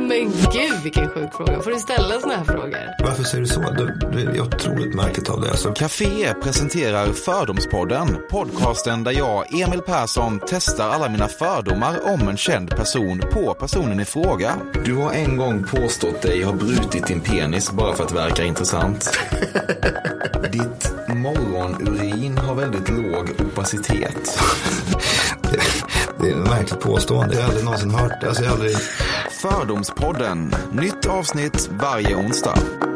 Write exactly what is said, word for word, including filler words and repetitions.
Men gud, vilken sjuk fråga. Får du ställa såna här frågor? Varför säger du så? Det är otroligt märkligt av det. Alltså. Café presenterar Fördomspodden. Podcasten där jag, Emil Persson, testar alla mina fördomar om en känd person på personen i fråga. Du har en gång påstått dig ha brutit din penis bara för att verka intressant. Ditt morgonurin har väldigt låg opacitet. Det, det är en märkligt påstående. Jag har aldrig någonsin hört det. Alltså jag har aldrig... Fördomspodden. Nytt avsnitt varje onsdag.